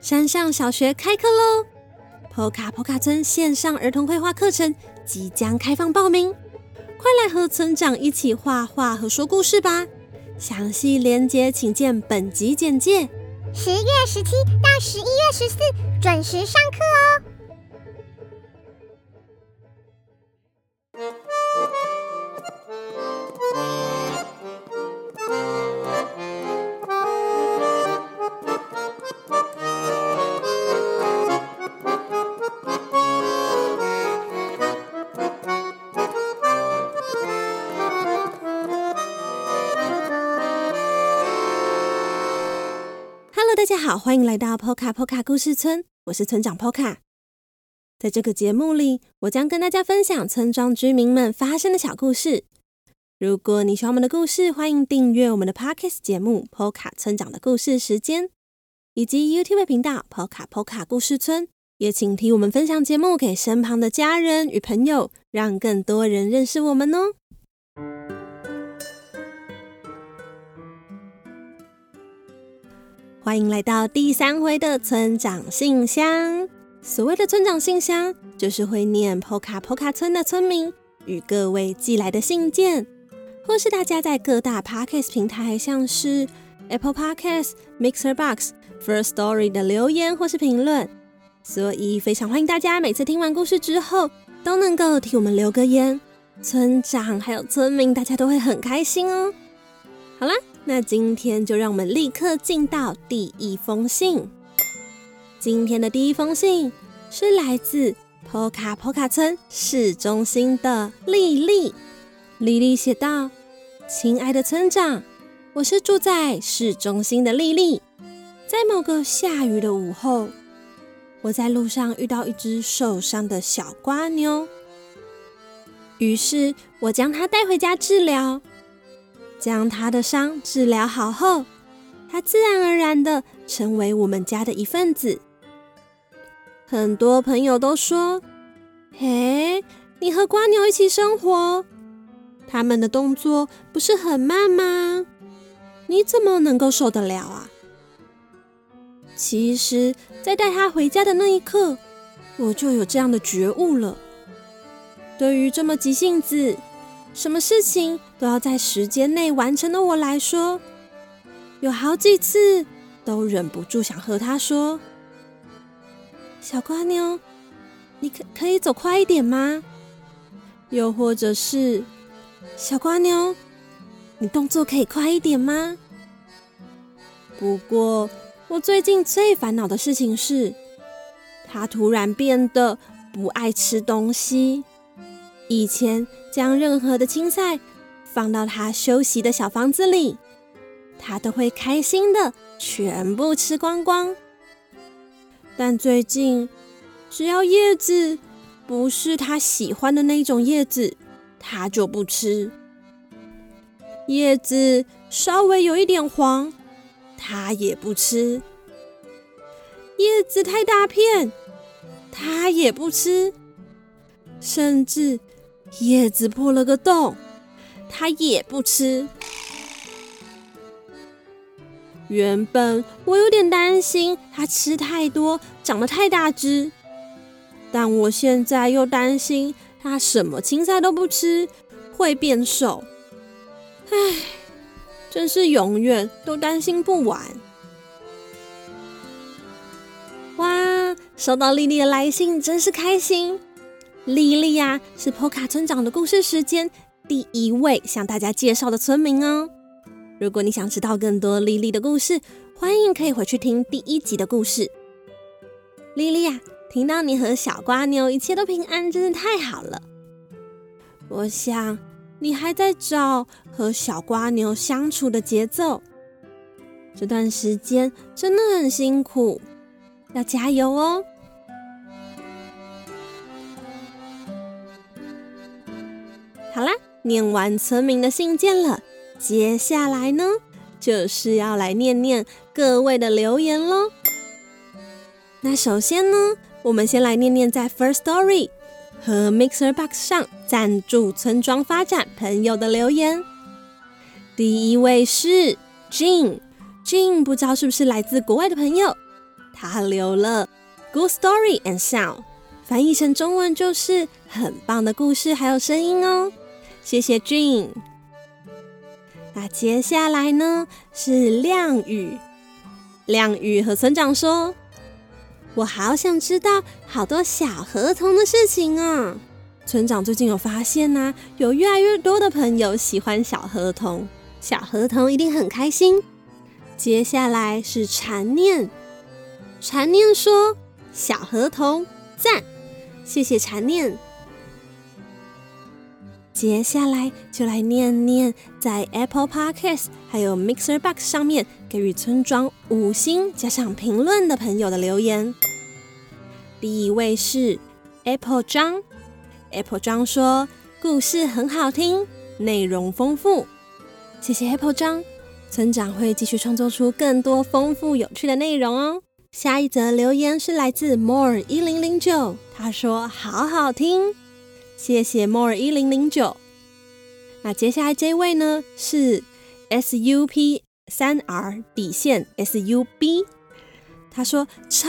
山上小学开课喽！波卡村线上儿童绘画课程即将开放报名，快来和村长一起画画和说故事吧！详细连结请见本集简介。 10月17到11月14准时上课哦。 大家好，欢迎来到波卡故事村，我是村长波卡。在这个节目里，我将跟大家分享村庄居民们发生的小故事。如果你喜欢我们的故事，欢迎订阅我们的 Podcast 节目波卡村长的故事时间，以及 YouTube 频道波卡故事村，也请替我们分享节目给身旁的家人与朋友，让更多人认识我们哦。欢迎来到第3回的村长信箱。所谓的村长信箱，就是会念波卡村的村民与各位寄来的信件，或是大家在各大 Podcast 平台，像是 Apple Podcast、Mixerbox、Firstory 的留言或是评论。所以非常欢迎大家每次听完故事之后，都能够替我们留个言，村长还有村民大家都会很开心哦。好啦，那今天就让我们立刻进到第1封信。今天的第1封信是来自波卡村市中心的丽丽。丽丽写道：亲爱的村长，我是住在市中心的丽丽。在某个下雨的午后，我在路上遇到一只受伤的小蝸牛，于是我将它带回家治疗。将他的伤治疗好后，他自然而然地成为我们家的一份子。很多朋友都说：嘿，你和蝸牛一起生活，他们的动作不是很慢吗？你怎么能够受得了啊？其实，在带他回家的那一刻，我就有这样的觉悟了。对于这么急性子，什么事情都要在时间内完成的我来说，有好几次都忍不住想和他说：小蝸牛，你可以走快一点吗？又或者是小蝸牛，你动作可以快一点吗？不过我最近最烦恼的事情是，他突然变得不爱吃东西。以前将任何的青菜放到他休息的小房子里，他都会开心的全部吃光光。但最近，只要叶子不是他喜欢的那种叶子，他就不吃。叶子稍微有一点黄，他也不吃。叶子太大片，他也不吃。甚至叶子破了个洞，他也不吃。原本我有点担心他吃太多，长得太大只，但我现在又担心他什么青菜都不吃，会变瘦。唉，真是永远都担心不完。哇，收到丽丽的来信，真是开心。丽丽呀，是波卡村长的故事时间第1位向大家介绍的村民哦。如果你想知道更多丽丽的故事，欢迎可以回去听第1集的故事。丽丽呀，听到你和小蝸牛一切都平安，真是太好了。我想你还在找和小蝸牛相处的节奏，这段时间真的很辛苦，要加油哦。好啦，念完村民的信件了，接下来呢，就是要来念念各位的留言咯。那首先呢，我们先来念念在 Firstory 和 Mixerbox 上赞助村庄发展朋友的留言。第1位是 Jean 不知道是不是来自国外的朋友， 他留了 Good Story and Sound， 翻译成中文就是很棒的故事还有声音哦。谢谢 Jean。 那接下来呢是亮宇。亮宇和村长说，我好想知道好多小河童的事情啊。村长最近有发现啊，有越来越多的朋友喜欢小河童，小河童一定很开心。接下来是禅念。禅念说，小河童赞，谢谢禅念。接下来就来念念在 Apple Podcast 还有 Mixer Box 上面给予村庄5星加上评论的朋友的留言。第一位是 Apple 张。 Apple 张说，故事很好听，内容丰富。谢谢 Apple 张，村长会继续创作出更多丰富有趣的内容哦。下一则留言是来自 More1009， 他说好好听，谢谢 More1009。 那接下来这位呢是 SUP3R 底线 SUB， 他说超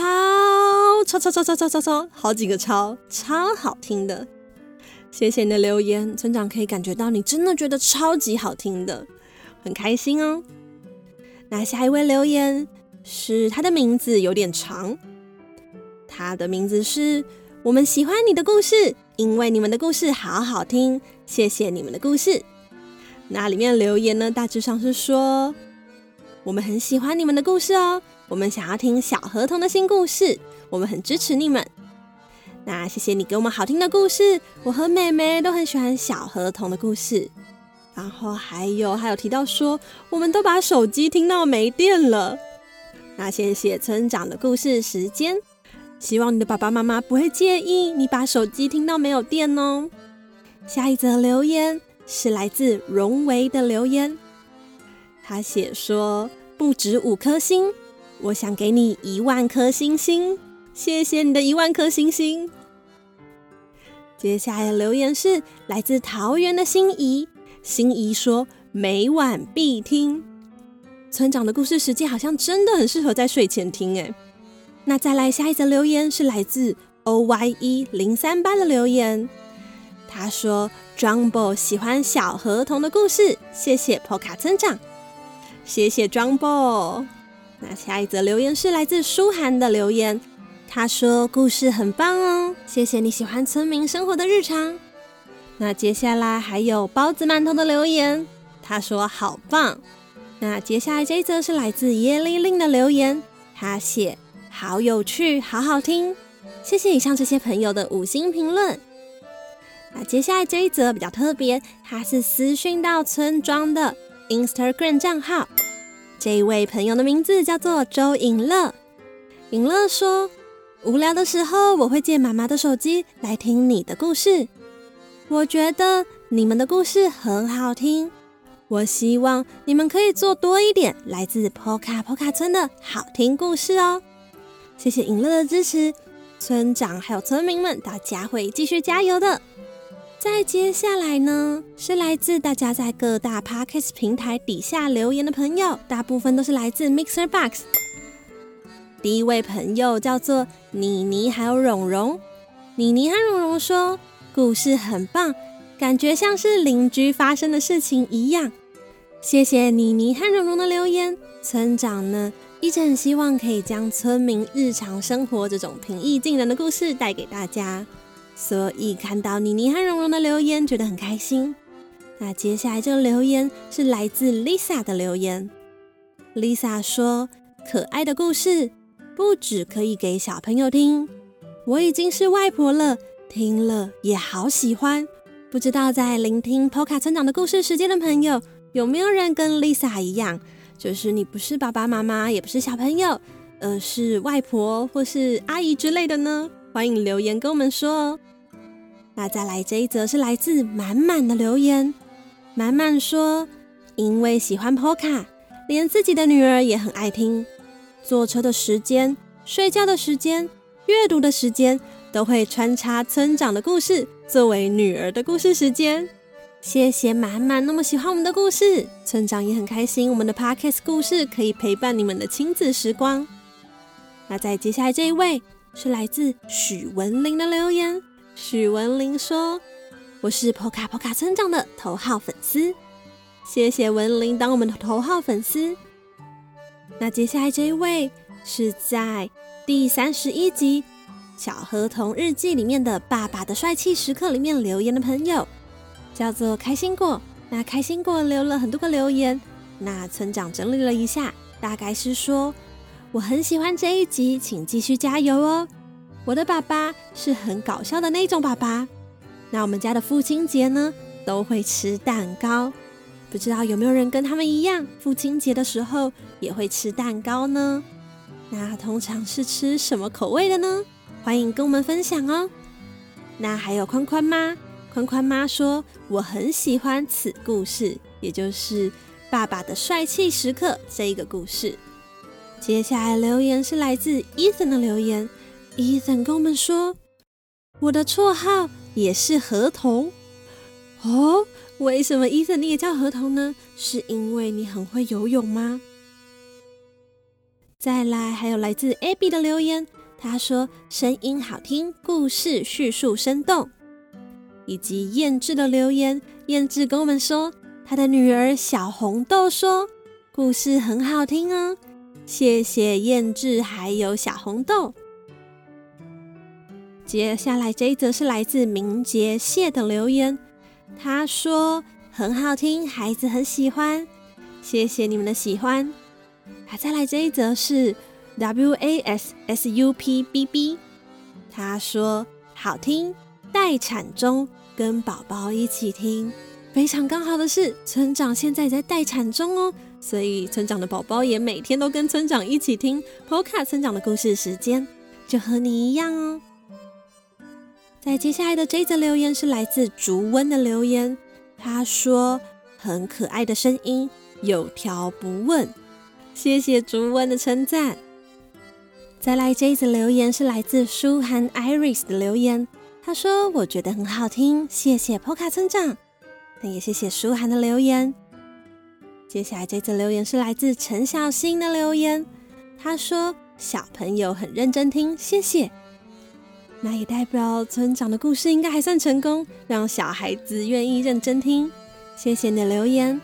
好几个超好听的。谢谢你的留言，村长可以感觉到你真的觉得超级好听的，很开心哦。那下一位留言是，他的名字有点长，他的名字是，我们喜欢你的故事，因为你们的故事好好听，谢谢你们的故事。那里面留言呢大致上是说，我们很喜欢你们的故事哦，我们想要听小河童的新故事，我们很支持你们。那谢谢你给我们好听的故事，我和妹妹都很喜欢小河童的故事。然后还有提到说，我们都把手机听到没电了。那谢谢村长的故事时间，希望你的爸爸妈妈不会介意你把手机听到没有电哦。下一则留言是来自荣维的留言，他写说，不止5颗星，我想给你1万颗星星，谢谢你的1万颗星星。接下来的留言是来自桃园的心怡，心怡说每晚必听。村长的故事时间好像真的很适合在睡前听耶。那再来下一则留言是来自 OYE038 的留言，他说 Jumbo 喜欢小河童的故事，谢谢 Poka 村长，谢谢 Jumbo。 那下一则留言是来自舒涵的留言，他说故事很棒哦，谢谢你喜欢村民生活的日常。那接下来还有包子馒头的留言，他说好棒。那接下来这一则是来自耶丽令的留言，他写好有趣好好听，谢谢以上这些朋友的5星评论。那接下来这一则比较特别，他是私讯到村庄的 Instagram 账号，这一位朋友的名字叫做周颖乐。颖乐说，无聊的时候我会借妈妈的手机来听你的故事，我觉得你们的故事很好听，我希望你们可以做多一点来自 Poka 村的好听故事哦。谢谢颖乐的支持，村长还有村民们大家会继续加油的。再接下来呢是来自大家在各大 Podcast 平台底下留言的朋友，大部分都是来自 Mixer Box。 第一位朋友叫做妮妮还有蓉蓉，妮妮和蓉蓉说故事很棒，感觉像是邻居发生的事情一样。谢谢妮妮和蓉蓉的留言，村长呢一直很希望可以将村民日常生活这种平易近人的故事带给大家，所以看到妮妮和蓉蓉的留言觉得很开心。那接下来这个留言是来自 Lisa 的留言， Lisa 说可爱的故事不只可以给小朋友听，我已经是外婆了，听了也好喜欢。不知道在聆听 Poka 村长的故事时间的朋友，有没有人跟 Lisa 一样，就是你不是爸爸妈妈，也不是小朋友，而是外婆或是阿姨之类的呢？欢迎留言跟我们说哦。那再来这一则是来自满满的留言，满满说因为喜欢 Poka， 连自己的女儿也很爱听，坐车的时间、睡觉的时间、阅读的时间都会穿插村长的故事作为女儿的故事时间。谢谢满满那么喜欢我们的故事，村长也很开心我们的 Podcast 故事可以陪伴你们的亲子时光。 那在接下来这一位是来自许文玲的留言。许文玲说：我是波卡波卡村长的头号粉丝，谢谢文玲当我们的头号粉丝。那接下来这一位是在第31集小河童日记里面的爸爸的帅气时刻里面留言的朋友，叫做开心果。那开心果留了很多个留言，那村长整理了一下，大概是说：我很喜欢这一集，请继续加油哦。我的爸爸是很搞笑的那种爸爸。那我们家的父亲节呢，都会吃蛋糕。不知道有没有人跟他们一样，父亲节的时候也会吃蛋糕呢？那通常是吃什么口味的呢？欢迎跟我们分享哦。那还有宽宽妈，宽宽妈说我很喜欢此故事，也就是爸爸的帅气时刻这一个故事。接下来留言是来自 Ethan 的留言。Ethan 跟我们说，我的绰号也是河童。哦，为什么 Ethan 你也叫河童呢？是因为你很会游泳吗？再来还有来自 Abby 的留言，他说声音好听，故事叙述生动。以及燕志的留言，燕志跟我们说他的女儿小红豆说故事很好听哦，谢谢燕志还有小红豆。接下来这一则是来自明杰谢的留言，他说很好听，孩子很喜欢，谢谢你们的喜欢。再来这一则是 WASSUPBB， 他说好听，待产中，跟宝宝一起听。非常刚好的是，村长现在在待产中哦，所以村长的宝宝也每天都跟村长一起听 Poca 村长的故事时间，就和你一样哦。在接下来的这则留言是来自竹温的留言，他说很可爱的声音，有条不紊，谢谢竹温的称赞。再来这一则留言是来自舒涵 Iris 的留言，他说我觉得很好听，谢谢 Poca 村长，那也谢谢舒涵的留言。接下来这则留言是来自陈小新的留言，他说小朋友很认真听，谢谢。那也代表村长的故事应该还算成功，让小孩子愿意认真听，谢谢你的留言。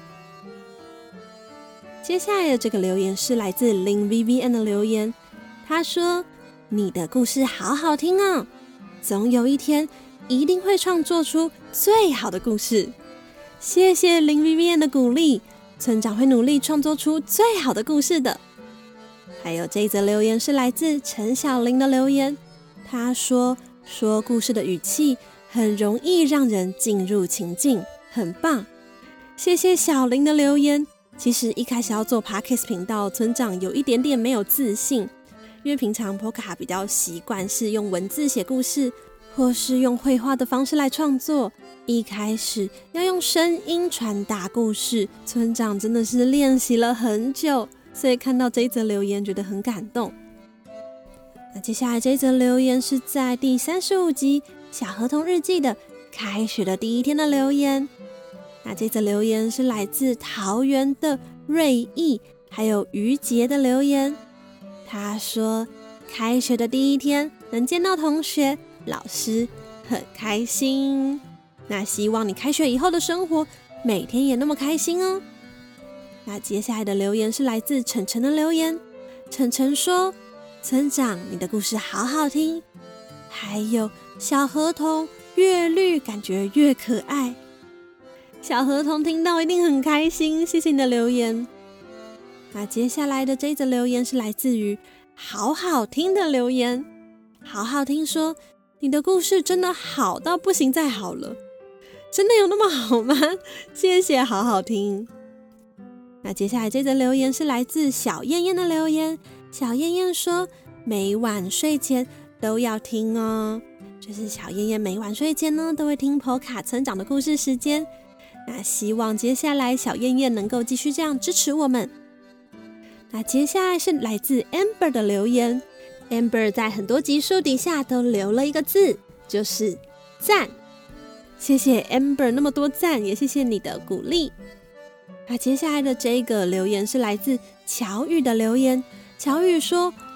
接下来的这个留言是来自林 VVN 的留言，他说你的故事好好听哦，总有一天一定会创作出最好的故事，谢谢林 VVN 的鼓励，村长会努力创作出最好的故事的。还有这一则留言是来自陈小玲的留言，他说故事的语气很容易让人进入情境，很棒，谢谢小玲的留言。其实一开始要做 Podcast 频道，村长有一点点没有自信，因为平常 Poca 比较习惯是用文字写故事，或是用绘画的方式来创作，一开始要用声音传达故事，村长真的是练习了很久，所以看到这一则留言觉得很感动。那接下来这一则留言是在第35集小河童日记的开学的第一天的留言。那这则留言是来自桃园的瑞义还有于杰的留言，他说开学的第一天能见到同学老师很开心，那希望你开学以后的生活每天也那么开心哦。那接下来的留言是来自晨晨的留言，晨晨说村长你的故事好好听，还有小河童越绿感觉越可爱，小河童听到一定很开心，谢谢你的留言。那接下来的这一则留言是来自于好好听的留言，好好听说你的故事真的好到不行再好了，真的有那么好吗？谢谢好好听。那接下来这则留言是来自小燕燕的留言，小燕燕说每晚睡前都要听哦，就是小燕燕每晚睡前呢都会听 Poca 村长的故事时间，那希望接下来小燕燕能够继续这样支持我们。那接下来是来自 Amber 的留言， Amber 在很多集数底下都留了一个字，就是赞，谢谢 Amber 那么多赞，也谢谢你的鼓励。那接下来的这个留言是来自乔宇的留言，乔宇说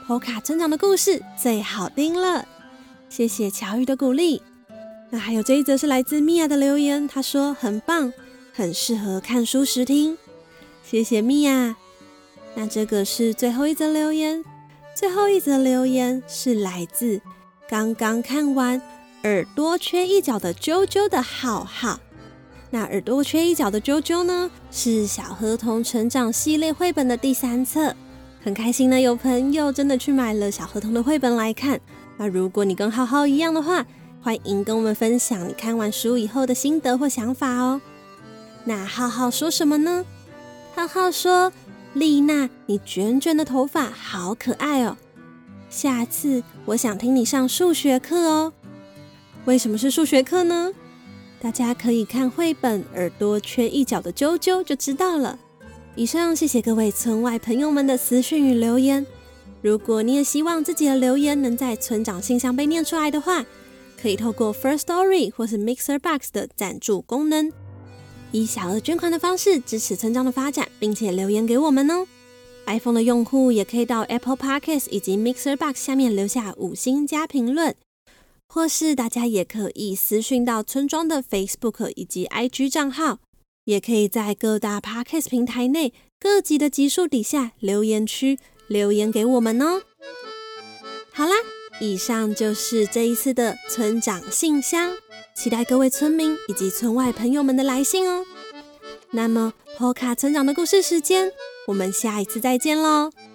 Polka 村长的故事最好听了，谢谢乔宇的鼓励。那还有这一则是来自米娅的留言，她说很棒，很适合看书时听，谢谢米娅。那这个是最后一则留言，最后一则留言是来自刚刚看完耳朵缺一角的啾啾的浩浩。那耳朵缺一角的啾啾呢，是小河童成长系列绘本的第3册，很开心呢有朋友真的去买了小河童的绘本来看。那如果你跟浩浩一样的话，欢迎跟我们分享你看完书以后的心得或想法哦。那浩浩说什么呢？浩浩说，丽娜，你卷卷的头发好可爱哦，下次我想听你上数学课哦。为什么是数学课呢？大家可以看绘本《耳朵缺一角的啾啾》就知道了。以上谢谢各位村外朋友们的私讯与留言。如果你也希望自己的留言能在村长信箱被念出来的话，可以透过 First Story 或是 Mixer Box 的赞助功能，以小额捐款的方式支持村长的发展，并且留言给我们哦。iPhone 的用户也可以到 Apple Podcast 以及 Mixer Box 下面留下5星加评论，或是大家也可以私讯到村庄的 Facebook 以及 IG 账号，也可以在各大 Podcast 平台内各集的集数底下留言区留言给我们哦。好啦，以上就是这一次的村长信箱，期待各位村民以及村外朋友们的来信哦。那么 Polka 村长的故事时间，我们下一次再见咯，